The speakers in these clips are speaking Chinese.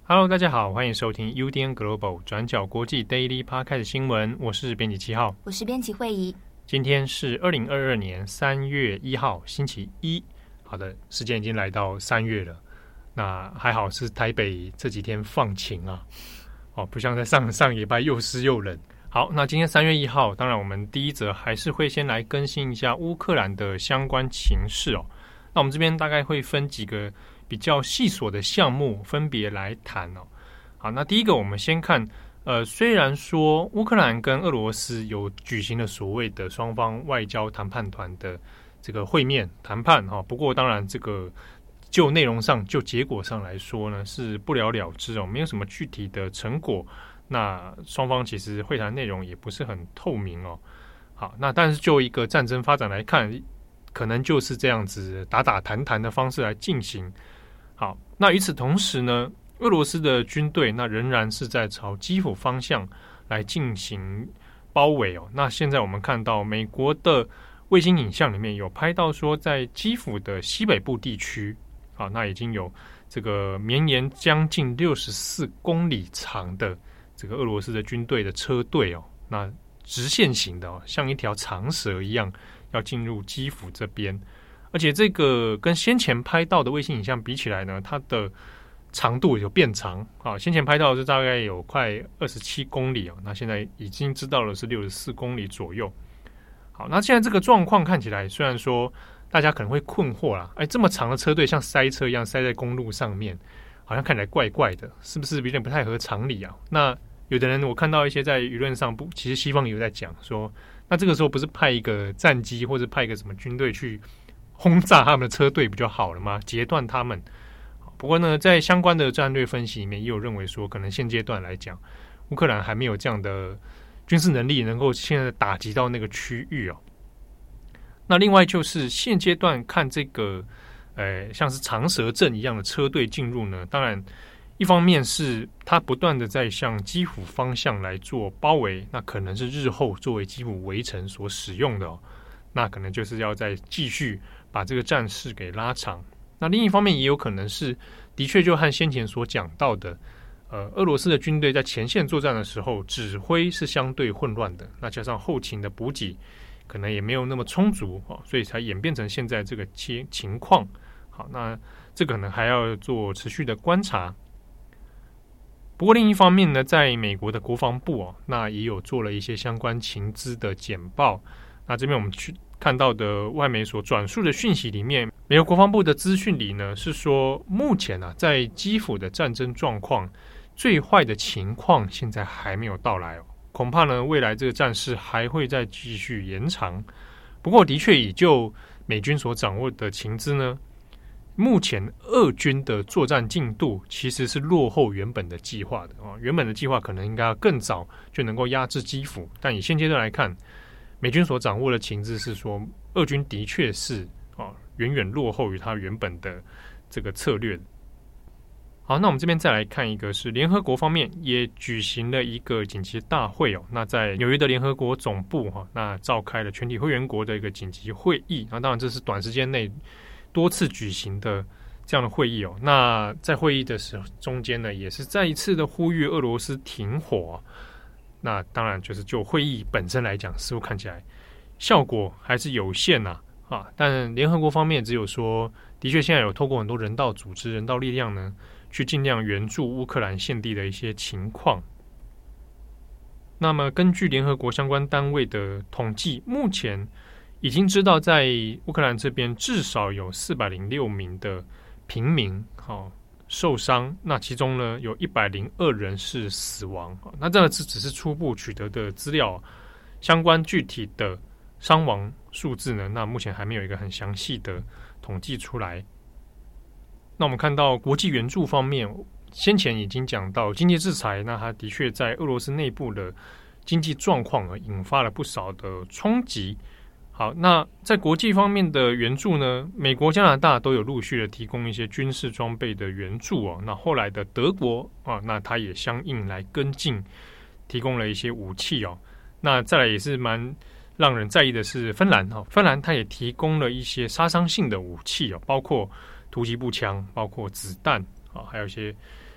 Hello， 大家好，欢迎收听 UDN Global 转角国际 Daily Podcast 新闻，我是编辑7号， 我是编辑慧仪。 今天是2022年3月1号，星期一。好的，时间已经来到3月了，那还好是台北这几天放晴啊，不像在上礼拜又湿又冷。好，那今天3月1号，当然我们第一则还是会先来更新一下乌克兰的相关情势哦。那我们这边大概会分几个比较细琐的项目分别来谈哦。好，那第一个我们先看，虽然说乌克兰跟俄罗斯有举行了所谓的双方外交谈判团的这个会面谈判哈，不过当然这个就内容上就结果上来说呢是不了了之哦，没有什么具体的成果。那双方其实会谈内容也不是很透明哦。好，那但是就一个战争发展来看，可能就是这样子打打谈谈的方式来进行。好，那与此同时呢，俄罗斯的军队那仍然是在朝基辅方向来进行包围哦。那现在我们看到美国的卫星影像里面有拍到说，在基辅的西北部地区，啊，那已经有这个绵延将近64公里长的这个俄罗斯的军队的车队哦，那直线型的哦，像一条长蛇一样要进入基辅这边。而且这个跟先前拍到的卫星影像比起来呢，它的长度有变长啊。先前拍到的是大概有快27公里那现在已经知道了是64公里左右。好，那现在这个状况看起来，虽然说大家可能会困惑啦，这么长的车队像塞车一样塞在公路上面，好像看起来怪怪的，是不是有点不太合常理啊？那有的人我看到一些在舆论上其实西方有在讲说，那这个时候不是派一个战机或者派一个什么军队去轰炸他们的车队不就好了吗？截断他们。不过呢，在相关的战略分析里面，也有认为说，可能现阶段来讲，乌克兰还没有这样的军事能力能够现在打击到那个区域哦。那另外就是现阶段看这个，像是长蛇阵一样的车队进入呢，当然一方面是它不断的在向基辅方向来做包围，那可能是日后作为基辅围城所使用的哦。那可能就是要再继续把这个战事给拉长。那另一方面也有可能是，的确就和先前所讲到的，俄罗斯的军队在前线作战的时候，指挥是相对混乱的，那加上后勤的补给可能也没有那么充足所以才演变成现在这个情况。好，那这可能还要做持续的观察。不过另一方面呢，在美国的国防部那也有做了一些相关情资的简报。那这边我们去看到的外媒所转述的讯息里面，美国国防部的资讯里呢是说，目前在基辅的战争状况最坏的情况现在还没有到来恐怕呢未来这个战事还会再继续延长。不过的确以就美军所掌握的情资呢，目前俄军的作战进度其实是落后原本的计划的原本的计划可能应该要更早就能够压制基辅，但以现阶段来看，美军所掌握的情资是说，俄军的确是远远落后于他原本的这个策略。好，那我们这边再来看一个是联合国方面也举行了一个紧急大会那在纽约的联合国总部那召开了全体会员国的一个紧急会议当然这是短时间内多次举行的这样的会议那在会议的时候中间呢，也是再一次的呼吁俄罗斯停火那当然就是就会议本身来讲，似乎看起来效果还是有限但联合国方面只有说，的确现在有透过很多人道组织、人道力量呢，去尽量援助乌克兰现地的一些情况。那么根据联合国相关单位的统计，目前已经知道在乌克兰这边至少有406名的平民受伤，那其中呢有102人是死亡。那这只是初步取得的资料，相关具体的伤亡数字呢，那目前还没有一个很详细的统计出来。那我们看到国际援助方面，先前已经讲到经济制裁，那它的确在俄罗斯内部的经济状况引发了不少的冲击。好，那在国际方面的援助呢，美国、加拿大都有陆续的提供一些军事装备的援助那后来的德国那它也相应来跟进，提供了一些武器那再来也是蛮让人在意的是芬兰芬兰它也提供了一些杀伤性的武器包括突击步枪，包括子弹还有一些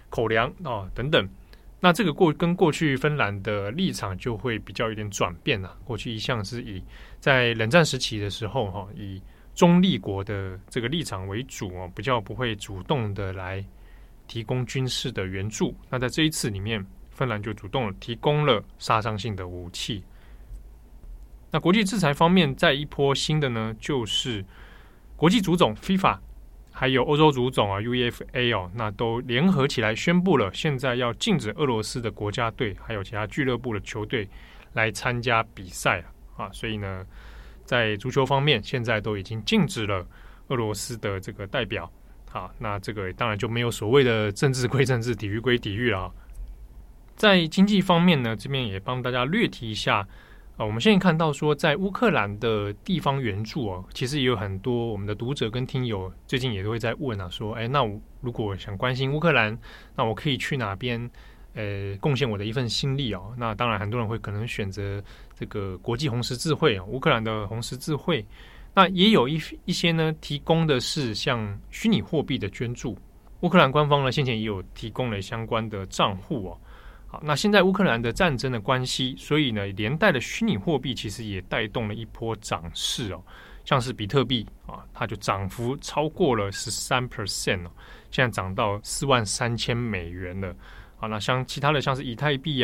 口粮等等。那这个跟过去芬兰的立场就会比较有点转变了。过去一向是在冷战时期的时候以中立国的这个立场为主比较不会主动的来提供军事的援助。那在这一次里面，芬兰就主动提供了杀伤性的武器。那国际制裁方面，再一波新的呢，就是国际足总 FIFA 还有欧洲足总UEFA 那都联合起来宣布了，现在要禁止俄罗斯的国家队还有其他俱乐部的球队来参加比赛所以呢，在足球方面，现在都已经禁止了俄罗斯的这个代表那这个当然就没有所谓的政治归政治，体育归体育了。在经济方面呢，这边也帮大家略提一下。我们现在看到说，在乌克兰的地方援助其实也有很多我们的读者跟听友最近也都会在问说，那我如果想关心乌克兰，那我可以去哪边贡献我的一份心力那当然很多人会可能选择这个国际红十字会乌克兰的红十字会。那也有一些呢提供的是像虚拟货币的捐助，乌克兰官方呢先前也有提供了相关的账户好，那现在乌克兰的战争的关系，所以呢，连带的虚拟货币其实也带动了一波涨势像是比特币它就涨幅超过了 13% 现在涨到43000美元了那像其他的像是以太币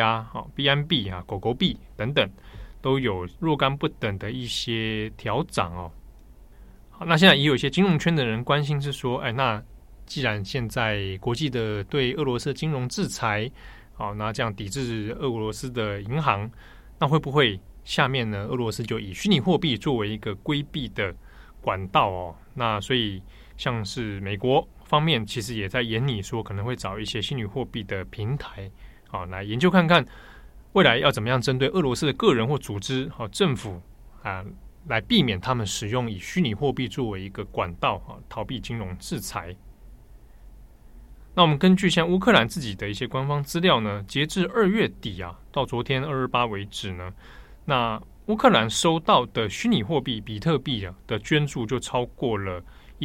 BNB 狗狗币等等，都有若干不等的一些调涨好，那现在也有一些金融圈的人关心是说，那既然现在国际的对俄罗斯的金融制裁那这样抵制俄罗斯的银行，那会不会下面呢？俄罗斯就以虚拟货币作为一个规避的管道那所以像是美国方面其实也在研拟说，可能会找一些虚拟货币的平台来研究看看未来要怎么样针对俄罗斯的个人或组织政府来避免他们使用以虚拟货币作为一个管道逃避金融制裁。那我们根据像乌克兰自己的一些官方资料呢，截至2月底到昨天228为止呢，那乌克兰收到的虚拟货币比特币的捐助就超过了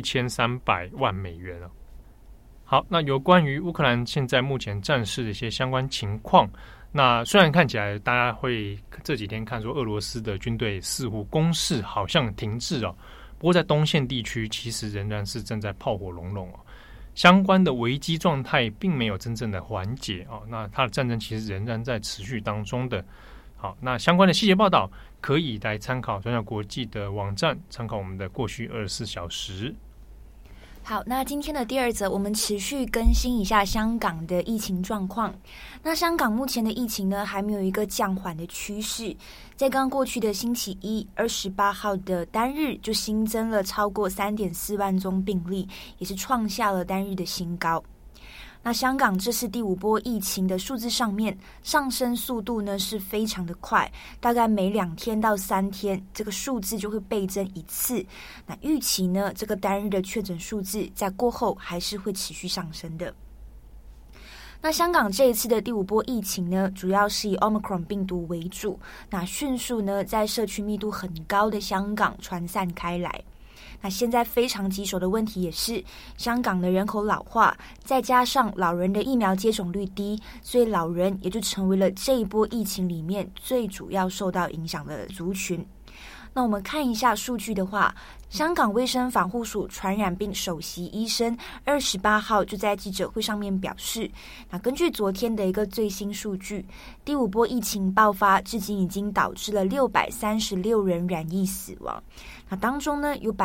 1300万美元了。好，那有关于乌克兰现在目前战事的一些相关情况，那虽然看起来大家会这几天看说俄罗斯的军队似乎攻势好像停滞不过在东线地区其实仍然是正在炮火隆隆相关的危机状态并没有真正的缓解那它的战争其实仍然在持续当中的。好，那相关的细节报道可以来参考转角国际的网站，参考我们的过去24小时。 好，那今天的第二则，我们持续更新一下香港的疫情状况。那香港目前的疫情呢，还没有一个降缓的趋势。在刚过去的星期一28号的单日，就新增了超过 3.4 万宗病例，也是创下了单日的新高。那香港这次第5波疫情的数字上面上升速度呢是非常的快，大概每2天到3天这个数字就会倍增一次。那预期呢，这个单日的确诊数字在过后还是会持续上升的。那香港这一次的第5波疫情呢，主要是以 Omicron 病毒为主，那迅速呢在社区密度很高的香港传散开来。那现在非常棘手的问题也是香港的人口老化，再加上老人的疫苗接种率低，所以老人也就成为了这一波疫情里面最主要受到影响的族群。那我们看一下数据的话，香港卫生防护署传染病首席医生28号就在记者会上面表示，那根据昨天的一个最新数据，第5波疫情爆发至今已经导致了636人染疫死亡，那当中呢有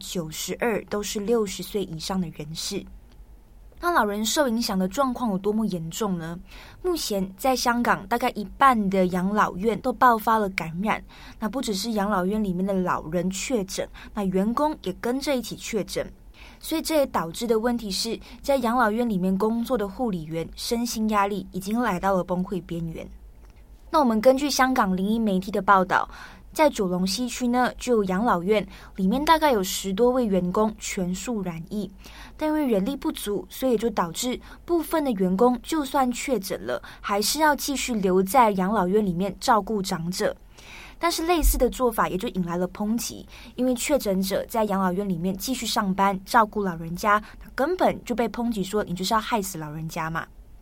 92% 都是60岁以上的人士。那老人受影响的状况有多么严重呢？目前在香港大概一半的养老院都爆发了感染，那不只是养老院里面的老人确诊，那员工也跟着一起确诊，所以这也导致的问题是在养老院里面工作的护理员身心压力已经来到了崩溃边缘。那我们根据香港01媒体的报道，在九龙西区呢，就有养老院里面大概有10多位员工全数染疫，但因为人力不足，所以就导致部分的员工就算确诊了，还是要继续留在养老院里面照顾长者。但是类似的做法也就引来了抨击，因为确诊者在养老院里面继续上班照顾老人家，根本就被抨击说你就是要害死老人家嘛。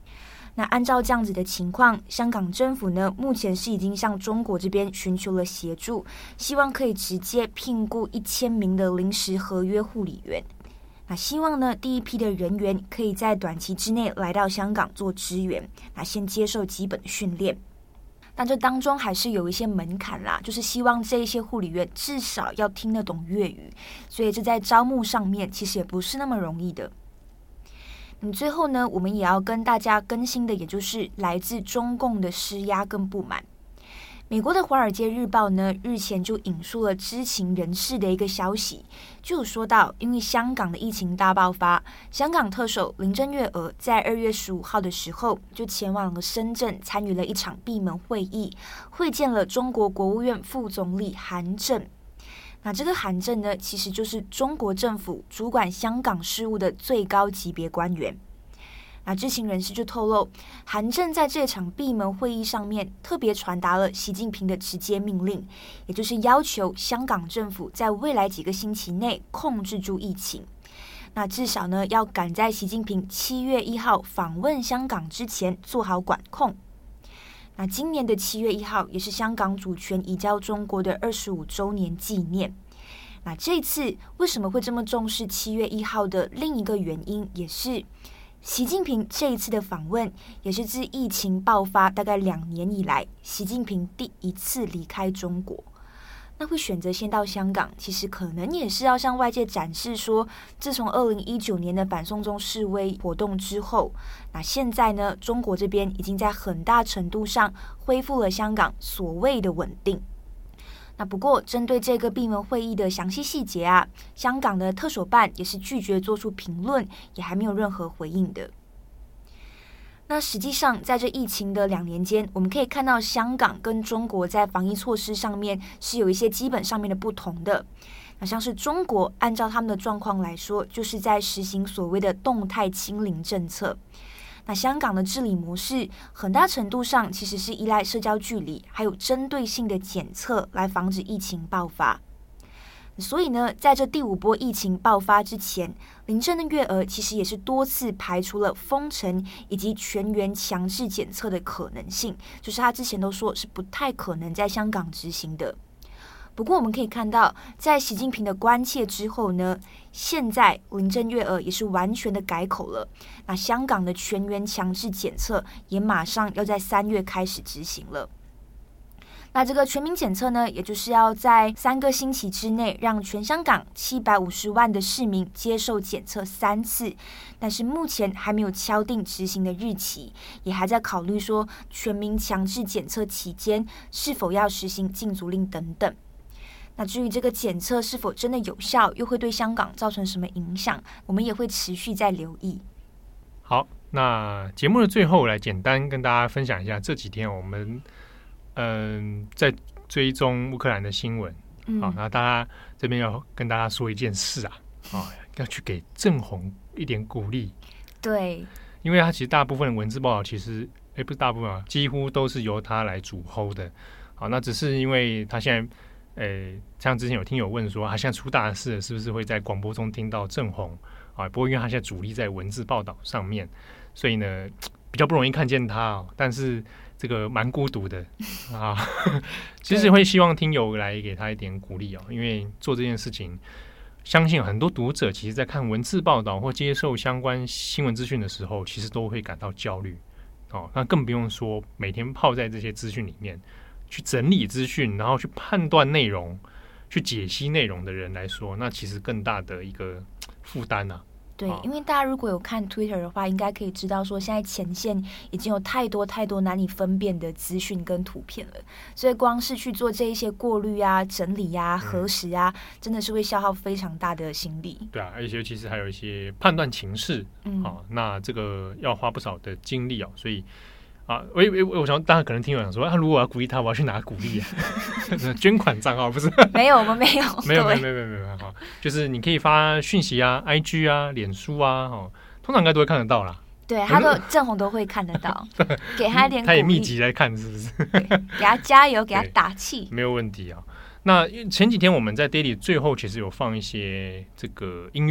那按照这样子的情况，香港政府呢，目前是已经向中国这边寻求了协助，希望可以直接聘雇1000名的临时合约护理员。那希望呢，第一批的人员可以在短期之内来到香港做支援，那先接受基本的训练。但这当中还是有一些门槛啦，就是希望这一些护理员至少要听得懂粤语，所以这在招募上面其实也不是那么容易的。最后呢，我们也要跟大家更新的，也就是来自中共的施压跟不满。美国的《华尔街日报》呢，日前就引述了知情人士的一个消息，就有说到，因为香港的疫情大爆发，香港特首林郑月娥在2月15号的时候就前往了深圳，参与了一场闭门会议，会见了中国国务院副总理韩正。那这个韩正呢，其实就是中国政府主管香港事务的最高级别官员。那知情人士就透露，韩正在这场闭门会议上面特别传达了习近平的直接命令，也就是要求香港政府在未来几个星期内控制住疫情。那至少呢，要赶在习近平7月1号访问香港之前做好管控。那今年的7月1号也是香港主权移交中国的25周年纪念。那这次为什么会这么重视7月1号的另一个原因，也是习近平这一次的访问，也是自疫情爆发大概2年以来，习近平第一次离开中国。那会选择先到香港，其实可能也是要向外界展示说，自从2019年的反送中示威活动之后，那现在呢，中国这边已经在很大程度上恢复了香港所谓的稳定。那不过，针对这个闭门会议的详细细节啊，香港的特首办也是拒绝做出评论，也还没有任何回应的。那实际上，在这疫情的2年间，我们可以看到香港跟中国在防疫措施上面是有一些基本上面的不同的。那像是中国，按照他们的状况来说，就是在实行所谓的动态清零政策。那香港的治理模式很大程度上其实是依赖社交距离，还有针对性的检测来防止疫情爆发。所以呢，在这第5波疫情爆发之前，林郑月娥其实也是多次排除了封城以及全员强制检测的可能性，就是他之前都说是不太可能在香港执行的。不过我们可以看到，在习近平的关切之后呢，现在林郑月娥也是完全的改口了。那香港的全员强制检测也马上要在3月开始执行了。那这个全民检测呢，也就是要在3个星期之内，让全香港750万的市民接受检测3次，但是目前还没有敲定执行的日期，也还在考虑说全民强制检测期间是否要实行禁足令等等。那至于这个检测是否真的有效，又会对香港造成什么影响，我们也会持续在留意。 好，那节目的最后来简单跟大家分享一下这几天我们在追踪乌克兰的新闻。好，那大家这边要跟大家说一件事啊，要去给郑红一点鼓励。 对， 因为他其实大部分的文字报道其实不是大部分啊，几乎都是由他来主 hold 的。好，那只是因为他现在像之前有听友问说他现在出大事了，是不是会在广播中听到郑红啊？不过因为他现在主力在文字报道上面，所以呢比较不容易看见他但是这个蛮孤独的啊。其实会希望听友来给他一点鼓励因为做这件事情，相信很多读者其实在看文字报道或接受相关新闻资讯的时候，其实都会感到焦虑那更不用说每天泡在这些资讯里面去整理资讯，然后去判断内容，去解析内容的人来说，那其实更大的一个负担啊。 对，因为大家如果有看 Twitter 的话，应该可以知道说，现在前线已经有太多难以分辨的资讯跟图片了，所以光是去做这一些过滤啊、整理啊、核实啊，真的是会消耗非常大的心力。 对啊，而且尤其是还有一些判断情势，那这个要花不少的精力所以我想大家可能听我想说如果我要鼓励他，我要去哪鼓励捐款账号不是？ 没有，我们没有， 没有，就是你可以发讯息啊、IG 啊、脸书啊，通常应该都会看得到啦。 对，他都郑红都会看得到，给他一点鼓励， 他也密集来看，是不是？ 给他加油，给他打气， 没有问题那前几天我们在 Daily 最后其实有放一些这个音乐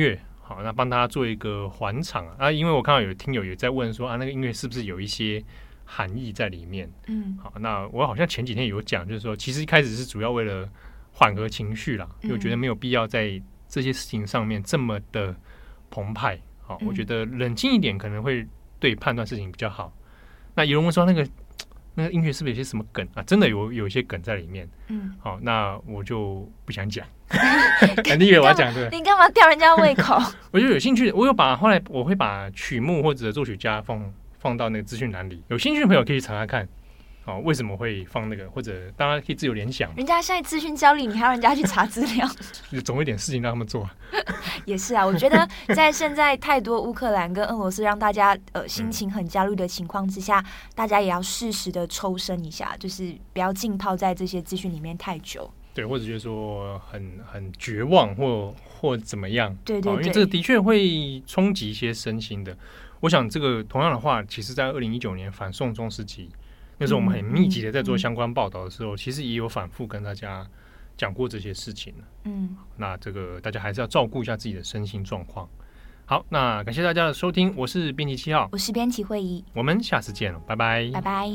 好，那帮大家做一个缓场啊，因为我看到有听友也在问说啊，那个音乐是不是有一些含义在里面？好，那我好像前几天有讲，就是说其实一开始是主要为了缓和情绪啦，因为我觉得没有必要在这些事情上面这么的澎湃。好，我觉得冷静一点可能会对判断事情比较好。那有人问说那个音乐是不是有些什么梗啊？真的有一些梗在里面。好，那我就不想讲。你以为我要讲对？ 你干嘛吊人家胃口？ 我就有兴趣，后来我会把曲目或者作曲家放到那个资讯栏里，有兴趣的朋友可以查查看。好，为什么会放那个？或者大家可以自由联想。 人家现在资讯焦虑，你还要人家去查资料？ 总有一点事情让他们做。 也是啊，我觉得在现在太多乌克兰跟俄罗斯让大家心情很焦虑的情况之下，大家也要适时的抽身一下，就是不要浸泡在这些资讯里面太久。 对，或者就是说很绝望或怎么样。 对， 因为这个的确会冲击一些身心的。我想这个同样的话，其实在2019年反送中时期，那时候我们很密集的在做相关报道的时候，其实也有反复跟大家讲过这些事情。那这个大家还是要照顾一下自己的身心状况。好，那感谢大家的收听，我是编辑7号， 我是编辑慧仪， 我们下次见了，拜拜， 拜拜。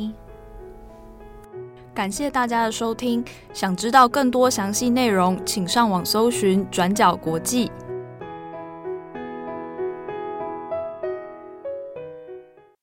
感谢大家的收听，想知道更多详细内容，请上网搜寻转角国际。